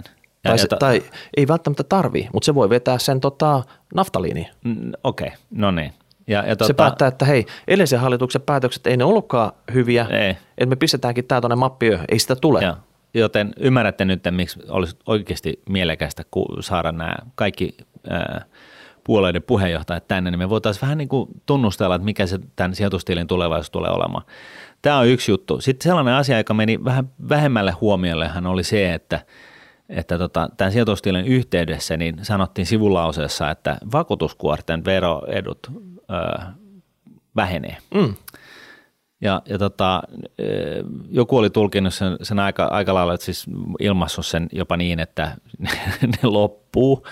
Tai ei välttämättä tarvii, mutta se voi vetää sen naftaliiniin. Okei, no niin. Se päättää, että hei, edellisen hallituksen päätökset ei ne ollutkaan hyviä, että me pistetäänkin tämä tuonne mappiöön, ei sitä tule. Ja, joten ymmärrätte nyt, miksi olisi oikeasti mielekästä saada nämä kaikki puolueiden puheenjohtajat tänne, niin me voitaisiin vähän niin kuin tunnustella, että mikä se tämän sijoitustiilin tulevaisuus tulee olemaan. Tämä on yksi juttu. Sitten sellainen asia, joka meni vähän vähemmälle huomiollehan oli se, että tämän sijoitustiilin yhteydessä niin sanottiin sivulauseessa, että vakuutuskuorten veroedut vähenee. Ja joku oli tulkinnut sen aika lailla, että siis ilmaissut sen jopa niin, että ne loppuu,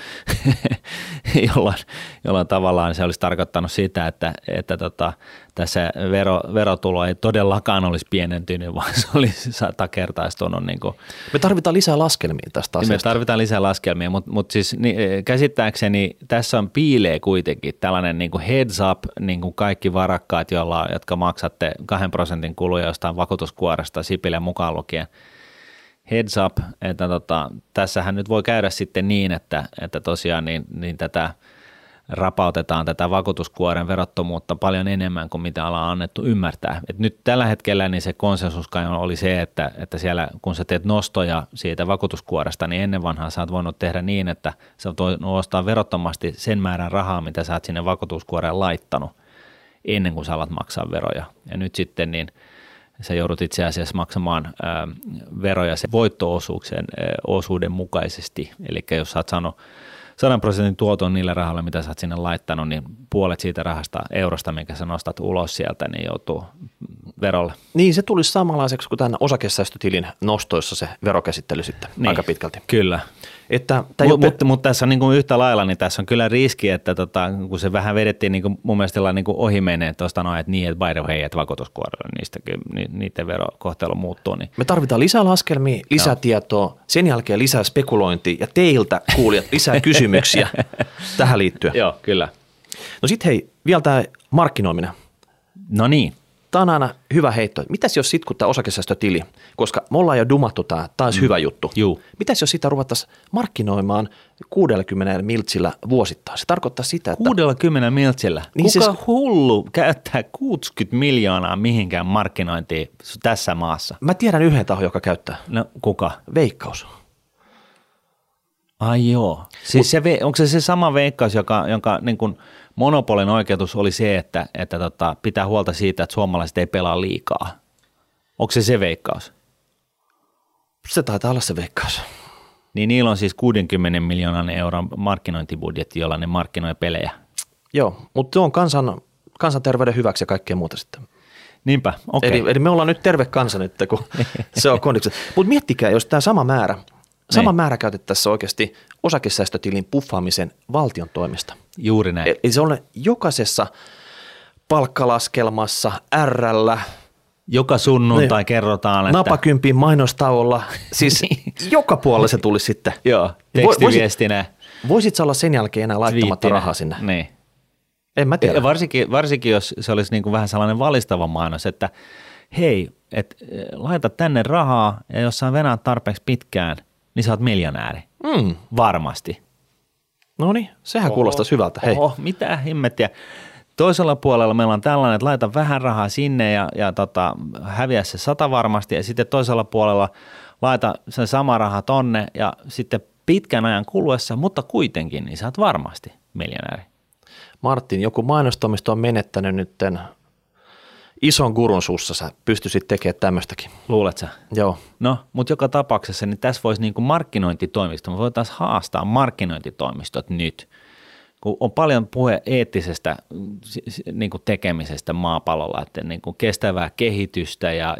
jollain tavallaan se olisi tarkoittanut sitä, että tässä verotulo ei todellakaan olisi pienentynyt, vaan se olisi 100-kertaistunut. Niin kuin. Me tarvitaan lisää laskelmia tästä asiasta. Me tarvitaan lisää laskelmia, mutta siis käsittääkseni tässä piilee kuitenkin tällainen niin kuin heads up, niin kuin kaikki varakkaat, jotka maksatte 2% kuluja jostain vakuutuskuoresta Sipilän mukaan lukien. Heads up, että tässähän nyt voi käydä sitten niin, että tosiaan niin tätä rapautetaan tätä vakuutuskuoren verottomuutta paljon enemmän kuin mitä ollaan annettu ymmärtää. Et nyt tällä hetkellä niin se konsensus oli se, että siellä kun sä teet nostoja siitä vakuutuskuoresta, niin ennen vanhaa sä oot voinut tehdä niin, että sä oot voinut ostaa verottomasti sen määrän rahaa, mitä sä oot sinne vakuutuskuoreen laittanut ennen kuin sä alat maksaa veroja. Ja nyt sitten niin sä joudut itse asiassa maksamaan veroja sen voitto-osuuden mukaisesti. Eli jos sä oot saanut 100% tuoton niille rahalle, mitä sä oot sinne laittanut, niin puolet siitä rahasta eurosta, minkä sä nostat ulos sieltä, niin joutuu verolle. Niin, se tulisi samanlaiseksi kuin tämän osakesäästötilin nostoissa se verokäsittely sitten aika pitkälti. Kyllä. Mutta tässä on niin kuin yhtä lailla, niin tässä on kyllä riski, että kun se vähän vedettiin niin kuin mun mielestä niin kuin ohimeneen tuosta että niin, että by the way, että vakuutuskuorella niiden verokohtelu muuttuu. Niin. Me tarvitaan lisää laskelmia, lisää tietoa, sen jälkeen lisää spekulointia ja teiltä kuulijat lisää kysymyksiä tähän liittyen. Joo, kyllä. No sitten hei, vielä tämä markkinoiminen. No niin. Tämä on aina hyvä heitto. Mitäs jos sitten, kun tämä osakesäästötili, koska me ollaan jo dumattu tämä olisi hyvä juttu. Mitäs jos sitä ruvettaisiin markkinoimaan 60 miltsillä vuosittain? Se tarkoittaa sitä, että 60 miltsillä? Niin kuka hullu käyttää 60 miljoonaa mihinkään markkinointiin tässä maassa? Mä tiedän yhden tahon, joka käyttää. No kuka? Veikkaus. Ai joo. Siis onko se sama Veikkaus, jonka niin kuin monopolin oikeutus oli se, että pitää huolta siitä, että suomalaiset ei pelaa liikaa? Onko se Veikkaus? Se taitaa olla se Veikkaus. Niin niillä on siis 60 miljoonan euron markkinointibudjetti, jolla ne markkinoi pelejä. Joo, mutta se on kansanterveyden hyväksi ja kaikkea muuta sitten. Niinpä, okei. Eli me ollaan nyt terve kansa nyt, kun se on kondiksi. Mutta miettikää, jos tämä sama määrä käytettäisiin oikeasti osakesäästötilin puffaamisen valtion toimesta. Juuri näin. Eli se on jokaisessa palkkalaskelmassa, R:llä. Joka sunnuntai kerrotaan, että napakympin mainostauolla, siis joka puolella se tulisi sitten. Joo, tekstiviestinä. Voisit sä olla sen jälkeen enää laittamatta rahaa sinne? Niin. En mä tiedä. Varsinkin jos se olisi niin kuin vähän sellainen valistava mainos, että hei, laita tänne rahaa ja jos sä venaat tarpeeksi pitkään, niin sä oot miljonääri. Varmasti. No niin, sehän kuulostaisi hyvältä. Hei. Mitä himmettiä. Toisella puolella meillä on tällainen, että laita vähän rahaa sinne ja häviä se 100 varmasti ja sitten toisella puolella laita se sama raha tonne ja sitten pitkän ajan kuluessa, mutta kuitenkin, niin sä oot varmasti miljonääri. Martin, joku mainostoimisto on menettänyt nytten ison gurun suussa, sä pystyisit tekemään tämmöistäkin. Luulet sä? Joo. No, mutta joka tapauksessa niin tässä voisi niin kuin markkinointitoimisto, me voitaisiin haastaa markkinointitoimistot nyt, kun on paljon puhe eettisestä niin kuin tekemisestä maapallolla, että niin kuin kestävää kehitystä ja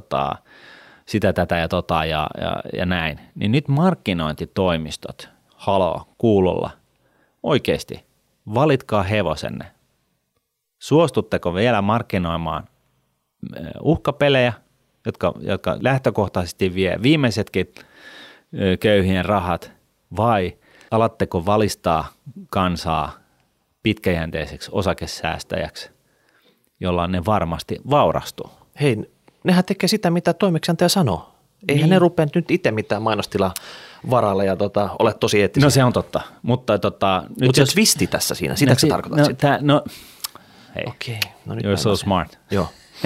sitä, tätä ja näin, niin nyt markkinointitoimistot, kuulolla, oikeasti valitkaa hevosenne. Suostutteko vielä markkinoimaan uhkapelejä, jotka lähtökohtaisesti vie viimeisetkin köyhien rahat, vai alatteko valistaa kansaa pitkäjänteiseksi osakesäästäjäksi, jolla ne varmasti vaurastuu? Hei, nehän tekee sitä, mitä toimeksiantaja sanoo. Eihän ne rupea nyt itse mitään mainostilaa varalle ja ole tosi eettisiä. No se on totta, mutta nyt se on twisti tässä siinä, sitäkö sä tarkoitat sitten? Hei. Okei. No nyt You're so smart. Joo.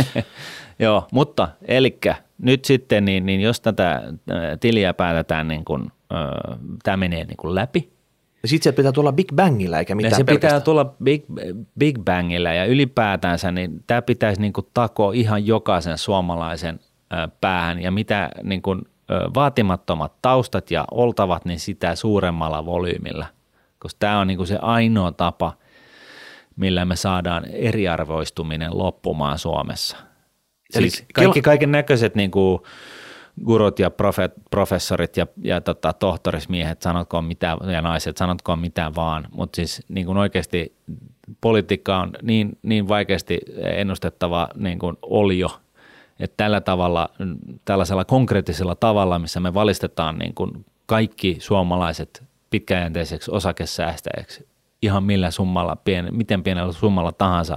Joo, mutta elikkä nyt sitten, niin jos tätä tiliä päätetään, niin kuin, tämä menee niin kuin läpi. Ja sitten se pitää tulla Big Bangilla eikä mitään se pelkästään. pitää tulla Big Bangilla ja ylipäätänsä, niin tämä pitäisi niin kuin takoa ihan jokaisen suomalaisen päähän ja mitä niin kuin, vaatimattomat taustat ja oltavat, niin sitä suuremmalla volyymilla, koska tämä on niin kuin se ainoa tapa, millä me saadaan eriarvoistuminen loppumaan Suomessa. Siis kaiken näköiset niin kuin gurut ja professorit ja tohtorismiehet, sanotkoon mitä, ja naiset, sanotkoon mitä vaan, mutta siis niin kuin oikeasti politiikka on niin vaikeasti ennustettava niin kuin olio, että tällaisella konkreettisella tavalla, missä me valistetaan niin kuin kaikki suomalaiset pitkäjänteiseksi osakesäästäjäksi ihan millä summalla, miten pienellä summalla tahansa,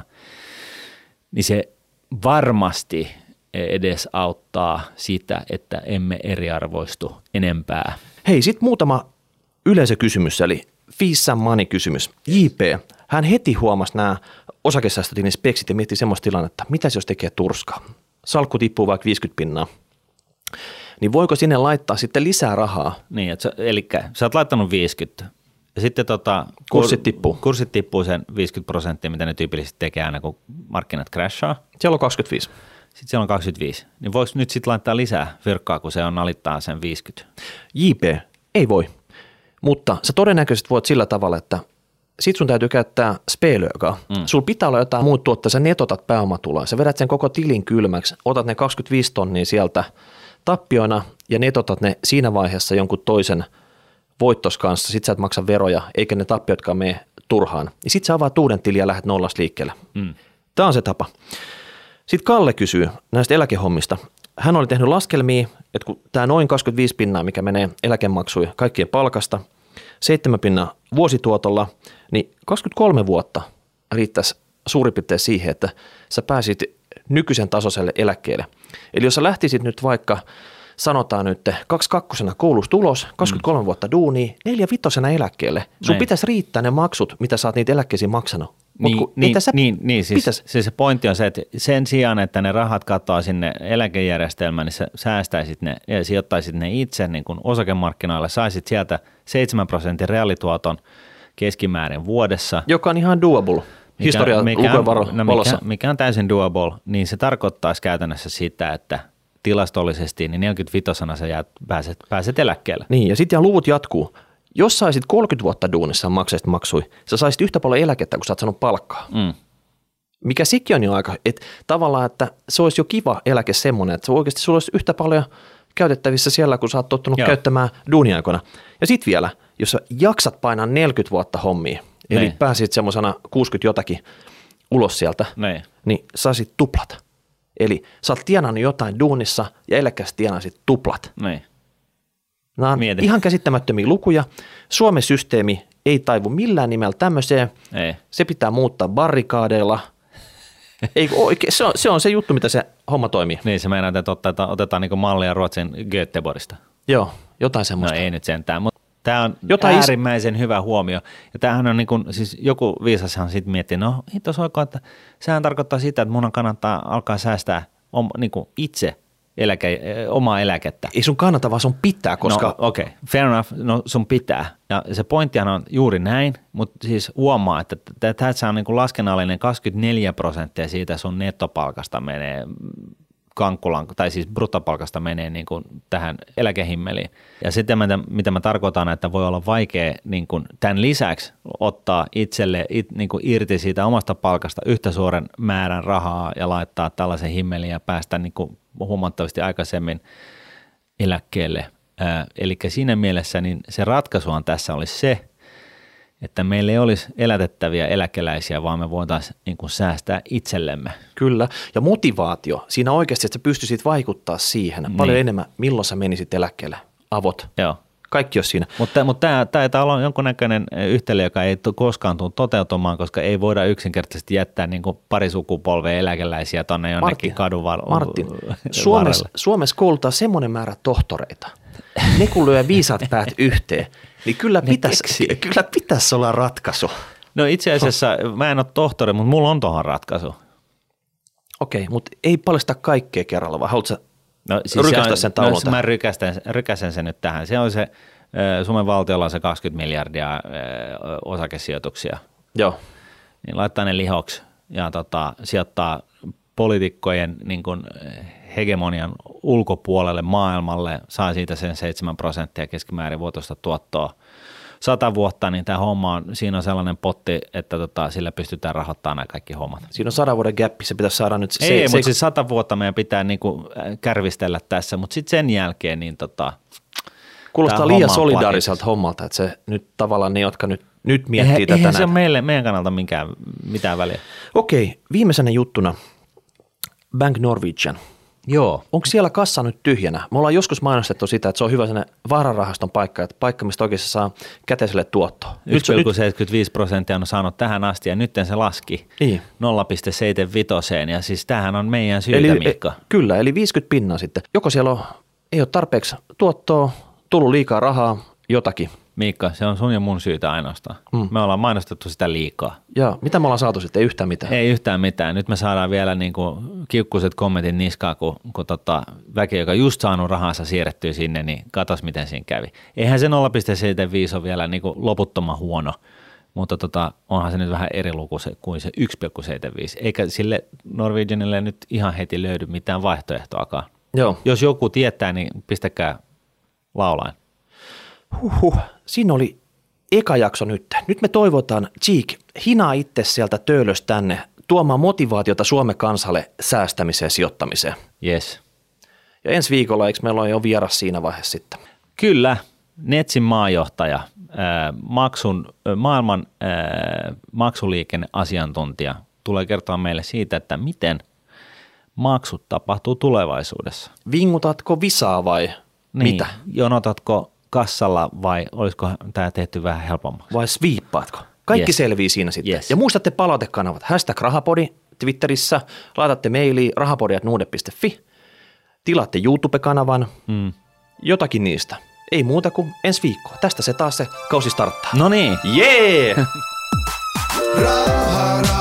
niin se varmasti edes auttaa sitä, että emme eriarvoistu enempää. Hei, sitten muutama yleisökysymys, eli Fees some money-kysymys. JP, hän heti huomasi nämä osakesäästötilin speksit ja mietti semmoista tilannetta, mitäs jos tekee turskaa? Salkku tippuu vaikka 50 pinnaa. Niin voiko sinne laittaa sitten lisää rahaa? Niin, eli sä oot laittanut 50. Ja sitten kurssit tippuu sen 50%, mitä ne tyypillisesti tekee aina, kun markkinat crashaa. Siellä on 25. Sitten siellä on 25. Niin voiko nyt sitten laittaa lisää fyrkkaa, kun se on alittaa sen 50? JP, ei voi. Mutta sä todennäköisesti voit sillä tavalla, että sit sun täytyy käyttää spelöökaa. Sulla pitää olla jotain muuta tuottaa, sä netotat pääomatuloa. Sä vedät sen koko tilin kylmäksi, otat ne 25 tonnia sieltä tappioina ja netotat ne siinä vaiheessa jonkun toisen voittos kanssa. Sit sä et maksa veroja, eikä ne tappiotkaan mene turhaan. Ja sit sä avaat uuden tilin ja lähdet nollasta liikkeelle. Tää on se tapa. Sitten Kalle kysyy näistä eläkehommista. Hän oli tehnyt laskelmia, että kun tämä noin 25 pinnaa, mikä menee eläkemaksuja kaikkien palkasta, 7 pinnaa vuosituotolla, niin 23 vuotta riittäisi suurin piirtein siihen, että sä pääsit nykyisen tasoiselle eläkkeelle. Eli jos sä lähtisit nyt vaikka, sanotaan nyt 22 koulusta ulos, 23 vuotta duunia, 45 eläkkeelle, sun pitäisi riittää ne maksut, mitä sä oot niitä eläkkeisiin maksanut. Siis se pointti on se, että sen sijaan, että ne rahat katoaa sinne eläkejärjestelmään, niin sä säästäisit ne ja sijoittaisit ne itse niin kuin osakemarkkinoille, saisit sieltä 7% reaalituoton keskimäärin vuodessa. Joka on ihan doable. Mikä on täysin doable, niin se tarkoittaisi käytännössä sitä, että tilastollisesti niin 45 sä pääset eläkkeelle. Niin, ja sitten luvut jatkuu. Jos saisit 30 vuotta duunissa maksaisit maksui, sä saisit yhtä paljon eläkettä, kun sä oot saanut palkkaa. Mikä sikin on jo aika, että tavallaan, että se olisi jo kiva eläke semmoinen, että se oikeasti sulla olisi yhtä paljon käytettävissä siellä, kun sä oot tottunut käyttämään duuniaikona. Ja sitten vielä, jos sä jaksat painaa 40 vuotta hommia, eli pääsit semmoisena 60 jotakin ulos sieltä, niin saisit tuplat. Eli sä oot tienannut jotain duunissa ja eläkkeessä tienasit tuplat. Nämä on ihan käsittämättömiä lukuja. Suomen systeemi ei taivu millään nimellä tämmöiseen. Se pitää muuttaa barrikaadeilla. Ei, oikein, se on se juttu, mitä se homma toimii. Niin, se meinaa, että otetaan niin mallia Ruotsin Göteborgista. Joo, jotain semmoista. No ei nyt sentään, mutta tämä on äärimmäisen hyvä huomio. Ja tämähän on niin kuin, siis joku viisashan sitten miettii, no hittos oikein, että sehän tarkoittaa sitä, että mun kannattaa alkaa säästää niin kuin itse omaa eläkettä. Ei sun kannata, vaan sun pitää, koska... No okei, fair enough, no sun pitää. Ja se pointtihan on juuri näin, mutta siis huomaa, että tässä on niin kuin laskennallinen 24% siitä sun nettopalkasta menee kankkulan, tai siis bruttopalkasta menee niin kuin tähän eläkehimmeliin. Ja sitten mitä mä tarkoitan, että voi olla vaikea niin kuin tämän lisäksi ottaa itselle niin kuin irti siitä omasta palkasta yhtä suuren määrän rahaa ja laittaa tällaisen himmeliin ja päästä niin kuin huomattavasti aikaisemmin eläkkeelle. Eli siinä mielessä niin se ratkaisuhan tässä olisi se, että meillä ei olisi elätettäviä eläkeläisiä, vaan me voitaisiin niin kuin säästää itsellemme. Kyllä, ja motivaatio. Siinä oikeasti, että sä pystyisit vaikuttaa siihen paljon enemmän, milloin sä menisit eläkkeelle. Avot. Joo. Kaikki olisi siinä. Mutta tämä taitaa olla jonkunnäköinen yhtälö, joka ei koskaan tule toteutumaan, koska ei voida yksinkertaisesti jättää niin kuin pari sukupolvea eläkeläisiä tuonne jonnekin kadun Martin, Suomessa koulutaan semmoinen määrä tohtoreita. Ne kun lyö viisaat päät yhteen, niin kyllä pitäisi olla ratkaisu. No itse asiassa mä en ole tohtori, mutta mulla on tuohon ratkaisu. Okei, mutta ei paljasta kaikkea kerralla, vai haluatko rykästä sen taulun tähän? Mä rykäsen sen nyt tähän. Se on se, Suomen valtiolla on se 20 miljardia osakesijoituksia. Joo. Niin laittaa ne lihoksi ja sijoittaa poliitikkojen niin kuin hegemonian ulkopuolelle maailmalle, saa siitä sen 7% keskimäärin vuotuista tuottoa 100 vuotta, niin tämä homma on, siinä on sellainen potti, että sillä pystytään rahoittamaan nämä kaikki hommat. Siinä on 100 vuoden gappi, se pitäisi saada nyt. Mutta siis 100 vuotta meidän pitää niinku kärvistellä tässä, mutta sitten sen jälkeen niin kuulostaa liian solidaariselta hommalta, että se nyt tavallaan ne, jotka nyt miettii tätä. Eihän se ole meidän kannalta mitään väliä. Okei, viimeisenä juttuna Bank Norwegian. Joo. Onko siellä kassa nyt tyhjänä? Me ollaan joskus mainostettu sitä, että se on hyvä sellainen vararahaston paikka, että paikka, mistä oikein se saa käteiselle tuottoa. 1,75% on saanut tähän asti ja nyt se laski niin 0,75 ja siis tämähän on meidän syytä, Miikka. Kyllä, eli 50 sitten. Joko siellä ei ole tarpeeksi tuottoa, tullut liikaa rahaa, jotakin. Miikka, se on sun ja mun syytä ainoastaan. Me ollaan mainostettu sitä liikaa. Ja mitä me ollaan saatu sitten? Ei yhtään mitään. Ei yhtään mitään. Nyt me saadaan vielä niin kuin kiukkuiset kommentin niskaa, kun väki, joka just saanut rahansa siirrettyä sinne, niin katos miten siinä kävi. Eihän se 0,75 ole vielä niin kuin loputtoman huono, mutta onhan se nyt vähän eri luku kuin se 1,75. Eikä sille Norwegianille nyt ihan heti löydy mitään vaihtoehtoakaan. Joo. Jos joku tietää, niin pistäkää laulain. Siinä oli eka jakso nyt. Nyt me toivotaan, Cheek, hinaa itse sieltä töölöstä tänne tuomaan motivaatiota Suomen kansalle säästämiseen ja sijoittamiseen. Yes. Ja ensi viikolla, eikö meillä ole jo vieras siinä vaiheessa sitten? Kyllä, Netsin maajohtaja, maailman maksuliikenneasiantuntja tulee kertoa meille siitä, että miten maksut tapahtuu tulevaisuudessa. Vingutatko visaa vai mitä? Jonotatko kassalla vai olisiko tämä tehty vähän helpommaksi? Vai sviippaatko? Kaikki selvii siinä sitten. Yes. Ja muistatte palautekanavat. #rahapodi Twitterissä, laitatte mailia rahapodi@nuude.fi, tilaatte YouTube-kanavan, jotakin niistä. Ei muuta kuin ensi viikkoa. Tästä se taas se kausi starttaa. No niin. Jee!